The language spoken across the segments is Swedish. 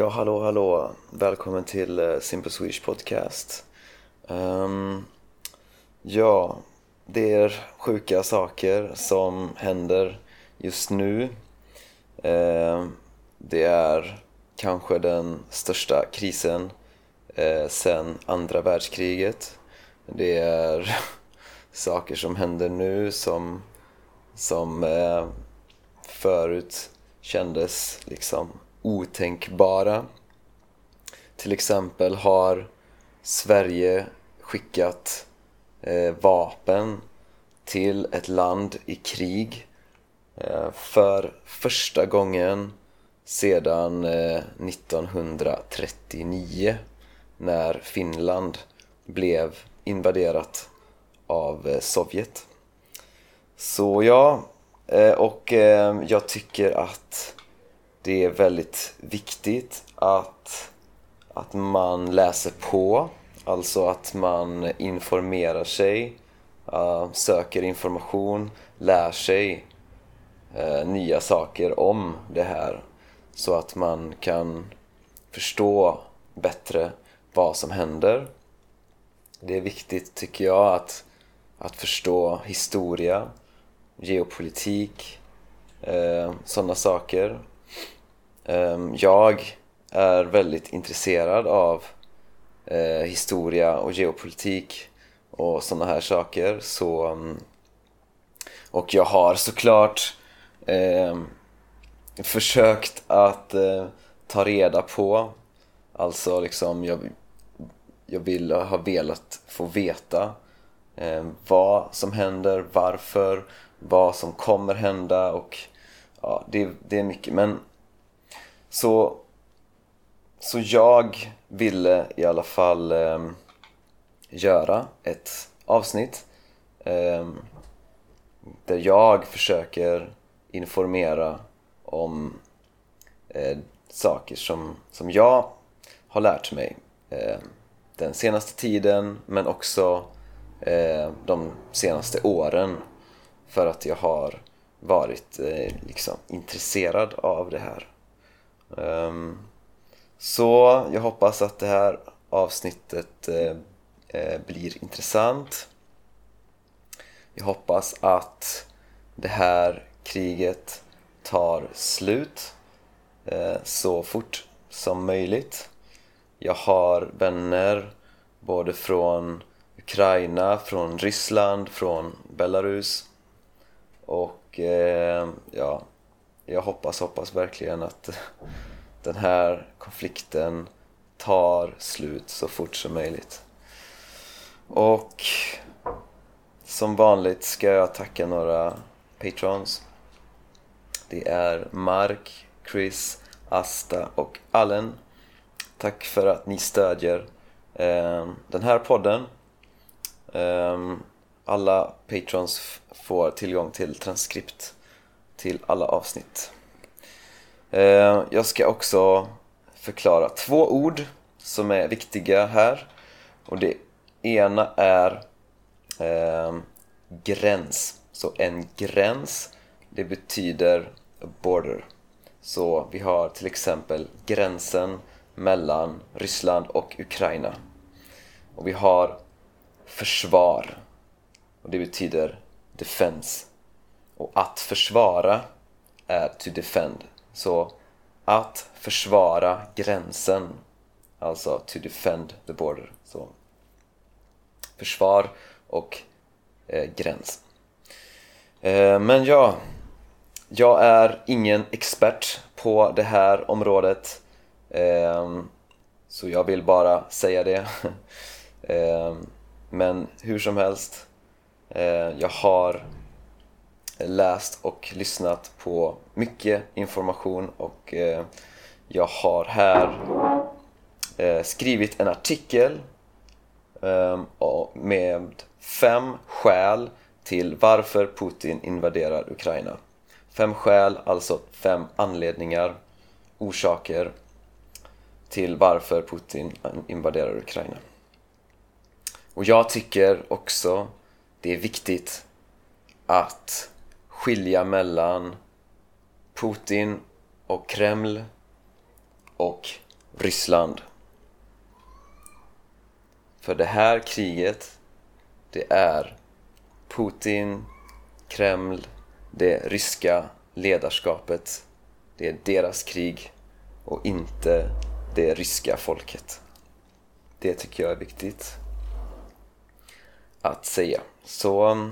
Ja, hallå. Välkommen till Simple Swedish Podcast. Ja, det är sjuka saker som händer just nu. Det är kanske den största krisen sedan andra världskriget. Det är saker som händer nu som förut kändes liksom otänkbara. Till exempel har Sverige skickat vapen till ett land i krig för första gången sedan 1939 när Finland blev invaderat av Sovjet. Så ja, och jag tycker att det är väldigt viktigt att man läser på, alltså att man informerar sig, söker information, lär sig nya saker om det här så att man kan förstå bättre vad som händer. Det är viktigt, tycker jag, att förstå historia, geopolitik, sådana saker. Jag är väldigt intresserad av historia och geopolitik och sådana här saker. Och jag har såklart försökt att ta reda på, alltså liksom jag ha velat få veta vad som händer, varför, vad som kommer hända, och ja, det är mycket. Men så jag ville i alla fall göra ett avsnitt där jag försöker informera om saker som jag har lärt mig den senaste tiden, men också de senaste åren, för att jag har varit liksom intresserad av det här. Så jag hoppas att det här avsnittet blir intressant. Jag hoppas att det här kriget tar slut så fort som möjligt. Jag har vänner både från Ukraina, från Ryssland, från Belarus, och ja, jag hoppas verkligen att den här konflikten tar slut så fort som möjligt. Och som vanligt ska jag tacka några patrons. Det är Mark, Chris, Asta och Allen. Tack för att ni stödjer den här podden. Alla patrons får tillgång till transkript till alla avsnitt. Jag ska också förklara 2 ord som är viktiga här. Och det ena är gräns. Så en gräns, det betyder border. Så vi har till exempel gränsen mellan Ryssland och Ukraina. Och vi har försvar, och det betyder defense. Och att försvara är to defend. Så att försvara gränsen, alltså to defend the border. Så försvar och gräns. Men ja, jag är ingen expert på det här området, så jag vill bara säga det. Men hur som helst, jag har läst och lyssnat på mycket information, och jag har här skrivit en artikel med 5 skäl till varför Putin invaderar Ukraina. 5 skäl, alltså 5 anledningar, orsaker till varför Putin invaderar Ukraina. Och jag tycker också det är viktigt att skilja mellan Putin och Kreml och Ryssland. För det här kriget, det är Putin, Kreml, det ryska ledarskapet. Det är deras krig och inte det ryska folket. Det tycker jag är viktigt att säga. Så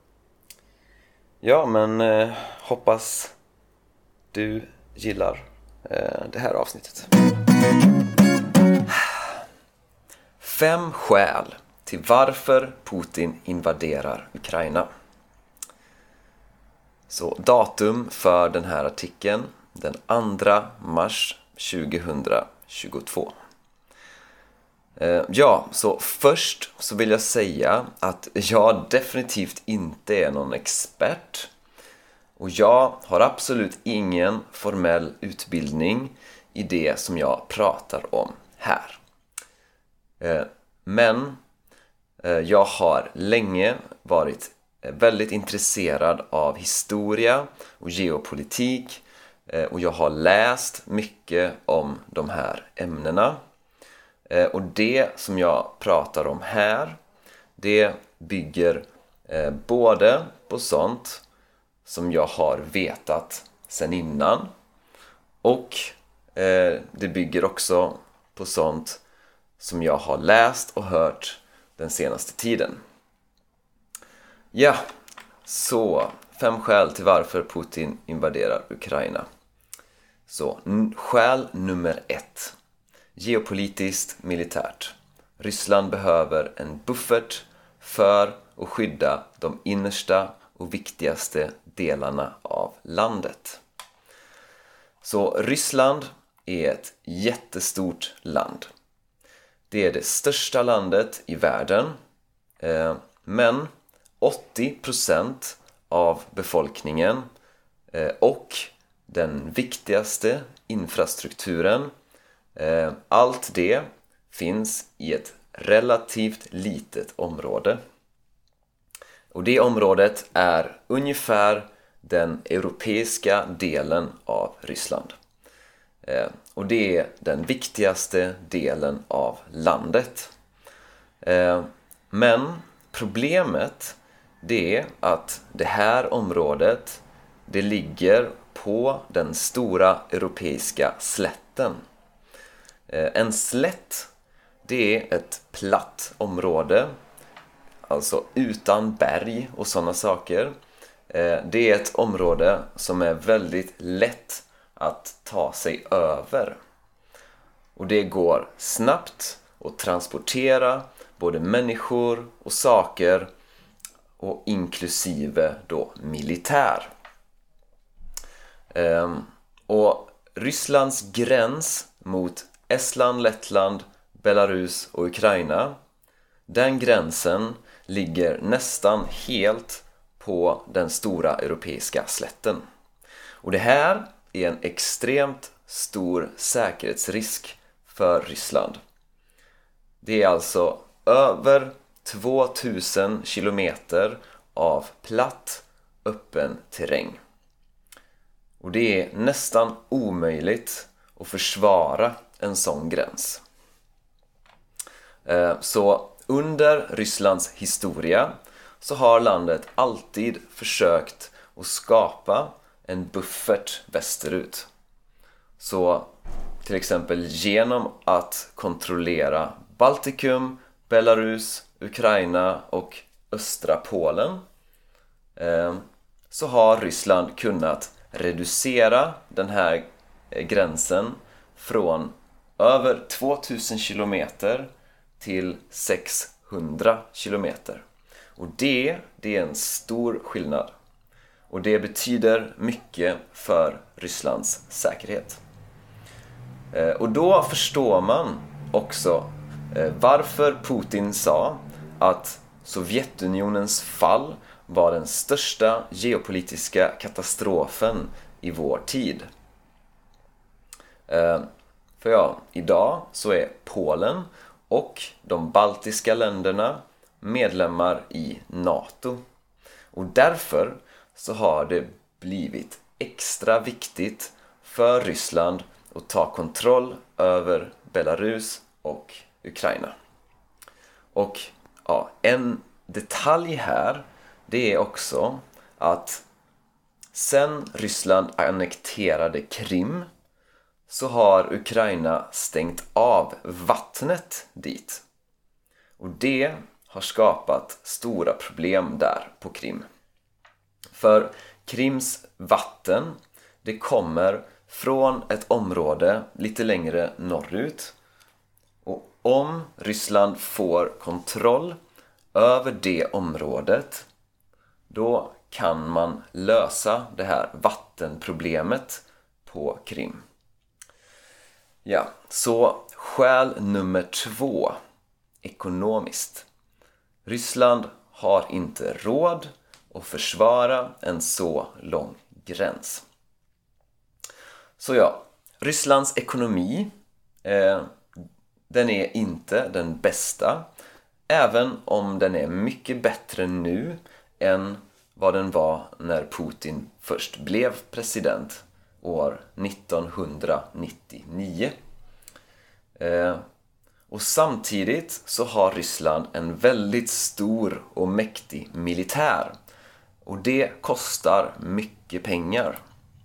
ja, men hoppas du gillar det här avsnittet. 5 skäl till varför Putin invaderar Ukraina. Så datum för den här artikeln, den 2 mars 2022. Ja, så först så vill jag säga att jag definitivt inte är någon expert. Och jag har absolut ingen formell utbildning i det som jag pratar om här. Men jag har länge varit väldigt intresserad av historia och geopolitik. Och jag har läst mycket om de här ämnena. Och det som jag pratar om här, det bygger både på sånt som jag har vetat sedan innan. Och det bygger också på sånt som jag har läst och hört den senaste tiden. Ja, så 5 skäl till varför Putin invaderar Ukraina. Så skäl nummer 1. Geopolitiskt militärt. Ryssland behöver en buffert för att skydda de innersta och viktigaste delarna av landet. Så Ryssland är ett jättestort land. Det är det största landet i världen. Men 80% av befolkningen och den viktigaste infrastrukturen, allt det finns i ett relativt litet område. Och det området är ungefär den europeiska delen av Ryssland. Och det är den viktigaste delen av landet. Men problemet, det är att det här området, det ligger på den stora europeiska slätten. En slätt, det är ett platt område, alltså utan berg och sådana saker. Det är ett område som är väldigt lätt att ta sig över. Och det går snabbt att transportera både människor och saker, och inklusive då militär. Och Rysslands gräns mot Estland, Lettland, Belarus och Ukraina, den gränsen ligger nästan helt på den stora europeiska slätten. Och det här är en extremt stor säkerhetsrisk för Ryssland. Det är alltså över 2000 kilometer av platt, öppen terräng. Och det är nästan omöjligt att försvara en sån gräns. Så under Rysslands historia så har landet alltid försökt att skapa en buffert västerut. Så till exempel genom att kontrollera Baltikum, Belarus, Ukraina och östra Polen, så har Ryssland kunnat reducera den här gränsen från över 2000 kilometer till 600 kilometer. Och det är en stor skillnad. Och det betyder mycket för Rysslands säkerhet. Och då förstår man också varför Putin sa att Sovjetunionens fall var den största geopolitiska katastrofen i vår tid. För ja, idag så är Polen och de baltiska länderna medlemmar i NATO. Och därför så har det blivit extra viktigt för Ryssland och ta kontroll över Belarus och Ukraina. Och ja, en detalj här, det är också att sen Ryssland annekterade Krim så har Ukraina stängt av vattnet dit. Och det har skapat stora problem där på Krim. För Krims vatten, det kommer från ett område lite längre norrut. Och om Ryssland får kontroll över det området, då kan man lösa det här vattenproblemet på Krim. Ja, så skäl nummer 2, ekonomiskt. Ryssland har inte råd att försvara en så lång gräns. Så ja, Rysslands ekonomi, den är inte den bästa, även om den är mycket bättre nu än vad den var när Putin först blev president år 1999. Och samtidigt så har Ryssland en väldigt stor och mäktig militär. Och det kostar mycket pengar.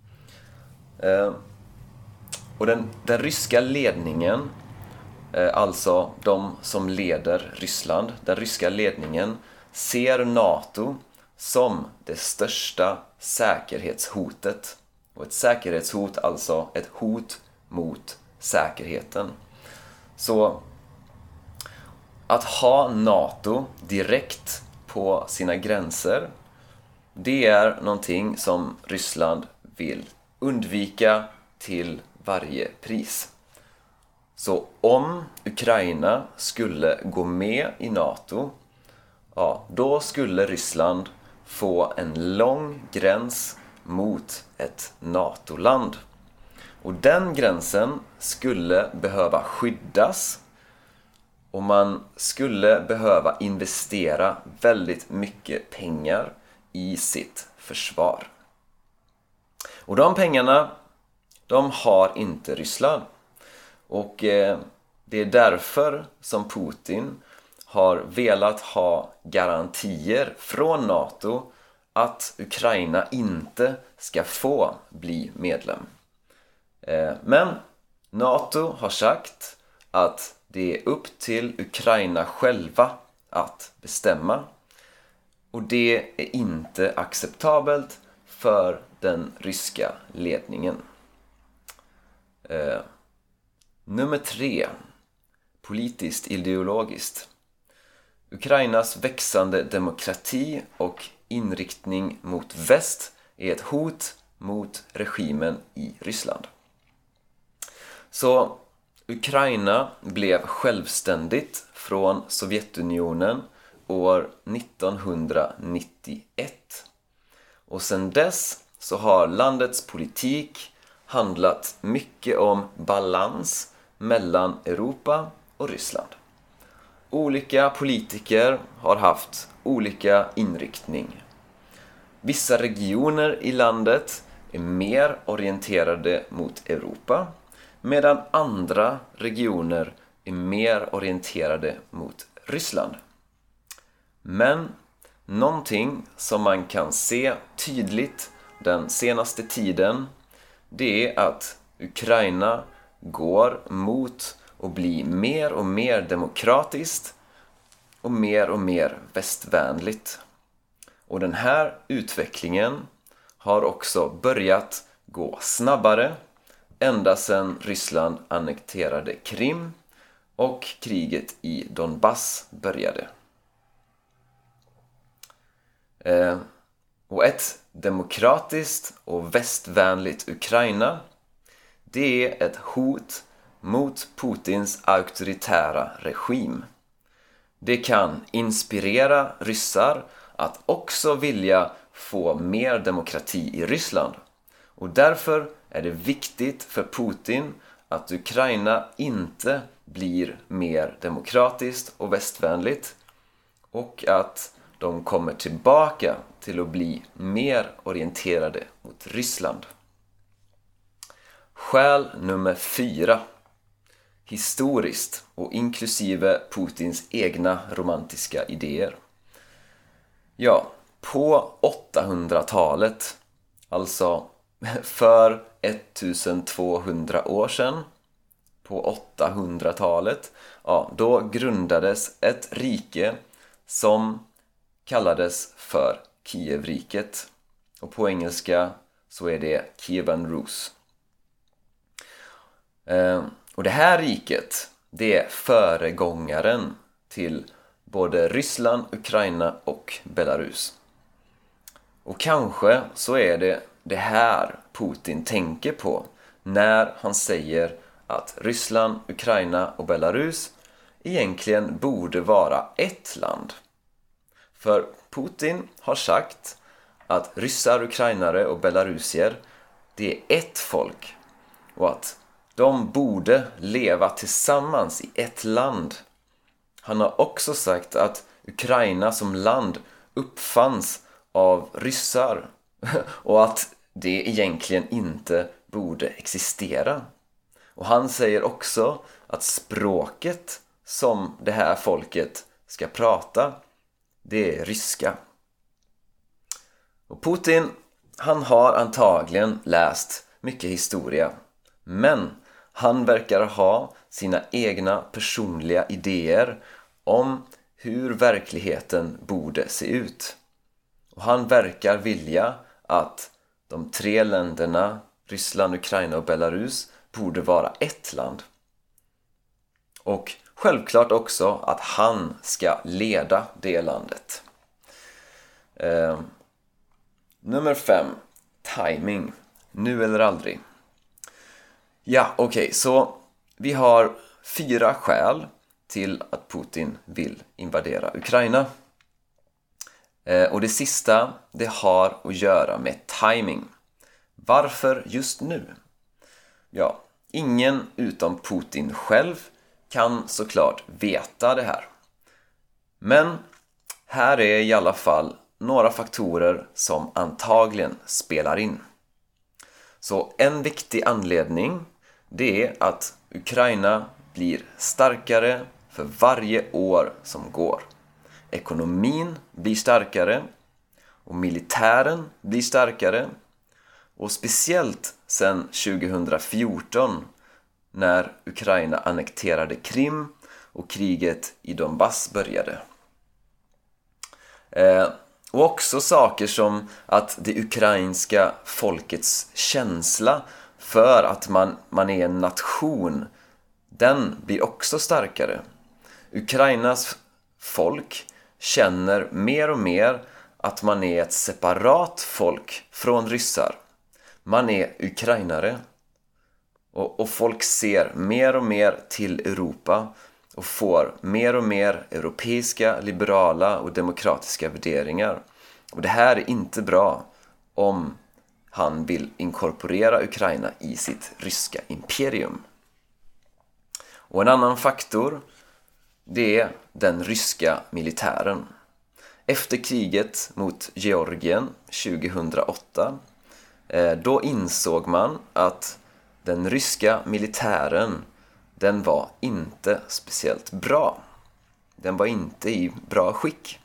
Och den ryska ledningen, alltså de som leder Ryssland, den ryska ledningen ser NATO som det största säkerhetshotet. Och ett säkerhetshot, alltså ett hot mot säkerheten. Så att ha NATO direkt på sina gränser, det är någonting som Ryssland vill undvika till varje pris. Så om Ukraina skulle gå med i NATO, ja, då skulle Ryssland få en lång gräns mot ett NATO-land. Och den gränsen skulle behöva skyddas och man skulle behöva investera väldigt mycket pengar i sitt försvar. Och de pengarna, de har inte Ryssland. Och det är därför som Putin har velat ha garantier från NATO att Ukraina inte ska få bli medlem. Men NATO har sagt att det är upp till Ukraina själva att bestämma. Och det är inte acceptabelt för den ryska ledningen. Nummer 3. Politiskt ideologiskt. Ukrainas växande demokrati och inriktning mot väst är ett hot mot regimen i Ryssland. Så Ukraina blev självständigt från Sovjetunionen år 1991. Och sedan dess så har landets politik handlat mycket om balans mellan Europa och Ryssland. Olika politiker har haft olika inriktning. Vissa regioner i landet är mer orienterade mot Europa, medan andra regioner är mer orienterade mot Ryssland. Men någonting som man kan se tydligt den senaste tiden, det är att Ukraina går mot att bli mer och mer demokratiskt och mer västvänligt. Och den här utvecklingen har också börjat gå snabbare ända sedan Ryssland annekterade Krim och kriget i Donbass började. Och ett demokratiskt och västvänligt Ukraina, det är ett hot mot Putins auktoritära regim. Det kan inspirera ryssar att också vilja få mer demokrati i Ryssland. Och därför är det viktigt för Putin att Ukraina inte blir mer demokratiskt och västvänligt och att de kommer tillbaka till att bli mer orienterade mot Ryssland. Skäl nummer 4. Historiskt och inklusive Putins egna romantiska idéer. Ja, på 800-talet, alltså för 1200 år sedan, på 800-talet, ja, då grundades ett rike som kallades för Kievriket. Och på engelska så är det Kievan Rus. Och det här riket, det är föregångaren till både Ryssland, Ukraina och Belarus. Och kanske så är det här Putin tänker på när han säger att Ryssland, Ukraina och Belarus egentligen borde vara ett land. För Putin har sagt att ryssar, ukrainare och belarusier, det är ett folk och att de borde leva tillsammans i ett land. Han har också sagt att Ukraina som land uppfanns av ryssar och att det egentligen inte borde existera. Och han säger också att språket som det här folket ska prata, det är ryska. Och Putin, han har antagligen läst mycket historia, men han verkar ha sina egna personliga idéer om hur verkligheten borde se ut. Och han verkar vilja att de 3 länderna, Ryssland, Ukraina och Belarus, borde vara ett land. Och självklart också att han ska leda det landet. Nummer 5. Timing. Nu eller aldrig. Ja, okej, så vi har 4 skäl till att Putin vill invadera Ukraina. Och det sista, det har att göra med timing. Varför just nu? Ja, ingen utom Putin själv kan såklart veta det här. Men här är i alla fall några faktorer som antagligen spelar in. Så en viktig anledning, det är att Ukraina blir starkare för varje år som går. Ekonomin blir starkare och militären blir starkare. Och speciellt sedan 2014 när Ukraina annekterade Krim och kriget i Donbass började. Och också saker som att det ukrainska folkets känsla för att man är en nation, den blir också starkare. Ukrainas folk känner mer och mer att man är ett separat folk från ryssar. Man är ukrainare och folk ser mer och mer till Europa och får mer och mer europeiska, liberala och demokratiska värderingar. Och det här är inte bra om han vill inkorporera Ukraina i sitt ryska imperium. Och en annan faktor, det är den ryska militären. Efter kriget mot Georgien 2008, då insåg man att den ryska militären, den var inte speciellt bra. Den var inte i bra skick.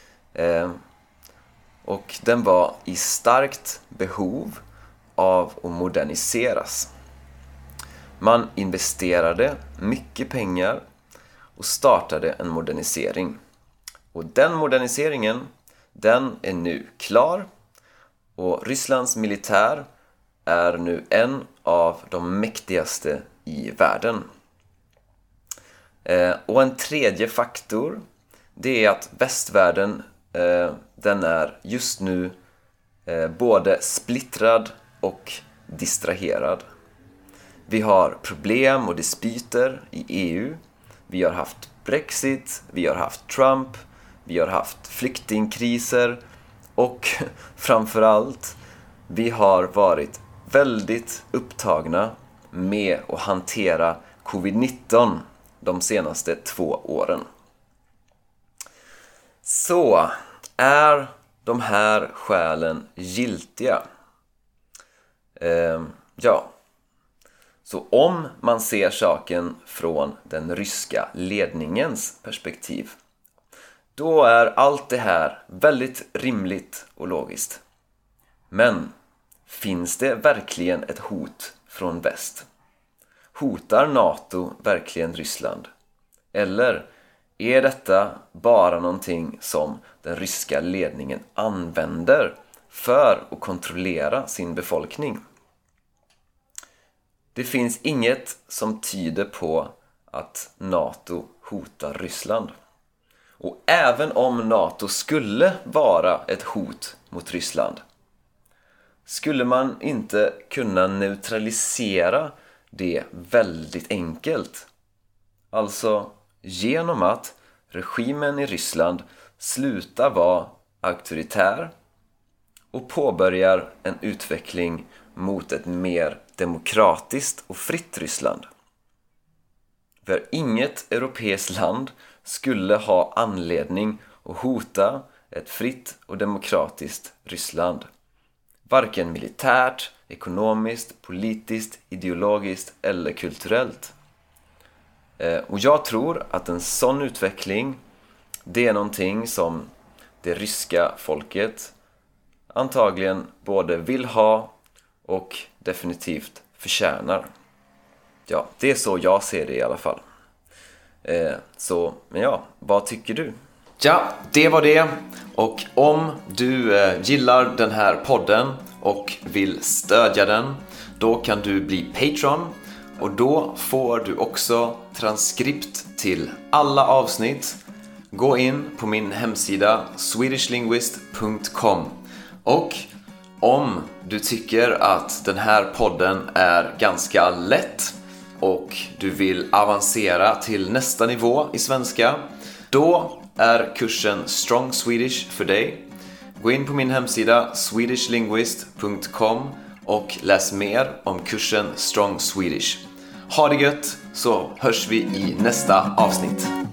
Och den var i starkt behov av att moderniseras. Man investerade mycket pengar och startade en modernisering. Och den moderniseringen, den är nu klar. Och Rysslands militär är nu en av de mäktigaste i världen. Och en tredje faktor, det är att västvärlden, den är just nu både splittrad och distraherad. Vi har problem och dispyter i EU. Vi har haft Brexit, vi har haft Trump, vi har haft flyktingkriser och framförallt vi har varit väldigt upptagna med att hantera covid-19 de senaste 2 åren. Så är de här skälen giltiga? Ja, Så om man ser saken från den ryska ledningens perspektiv, då är allt det här väldigt rimligt och logiskt. Men finns det verkligen ett hot från väst? Hotar NATO verkligen Ryssland? Eller är detta bara någonting som den ryska ledningen använder för att kontrollera sin befolkning? Det finns inget som tyder på att NATO hotar Ryssland. Och även om NATO skulle vara ett hot mot Ryssland, skulle man inte kunna neutralisera det väldigt enkelt? Alltså genom att regimen i Ryssland slutar vara auktoritär och påbörjar en utveckling mot ett mer demokratiskt och fritt Ryssland. För inget europeiskt land skulle ha anledning att hota ett fritt och demokratiskt Ryssland. Varken militärt, ekonomiskt, politiskt, ideologiskt eller kulturellt. Och jag tror att en sån utveckling, det är någonting som det ryska folket antagligen både vill ha och definitivt förtjänar. Ja, det är så jag ser det i alla fall. Men ja, vad tycker du? Ja, det var det. Och om du gillar den här podden och vill stödja den, då kan du bli Patreon. Och då får du också transkript till alla avsnitt. Gå in på min hemsida swedishlinguist.com. Och om du tycker att den här podden är ganska lätt och du vill avancera till nästa nivå i svenska, då är kursen Strong Swedish för dig. Gå in på min hemsida swedishlinguist.com och läs mer om kursen Strong Swedish. Ha det gött, så hörs vi i nästa avsnitt.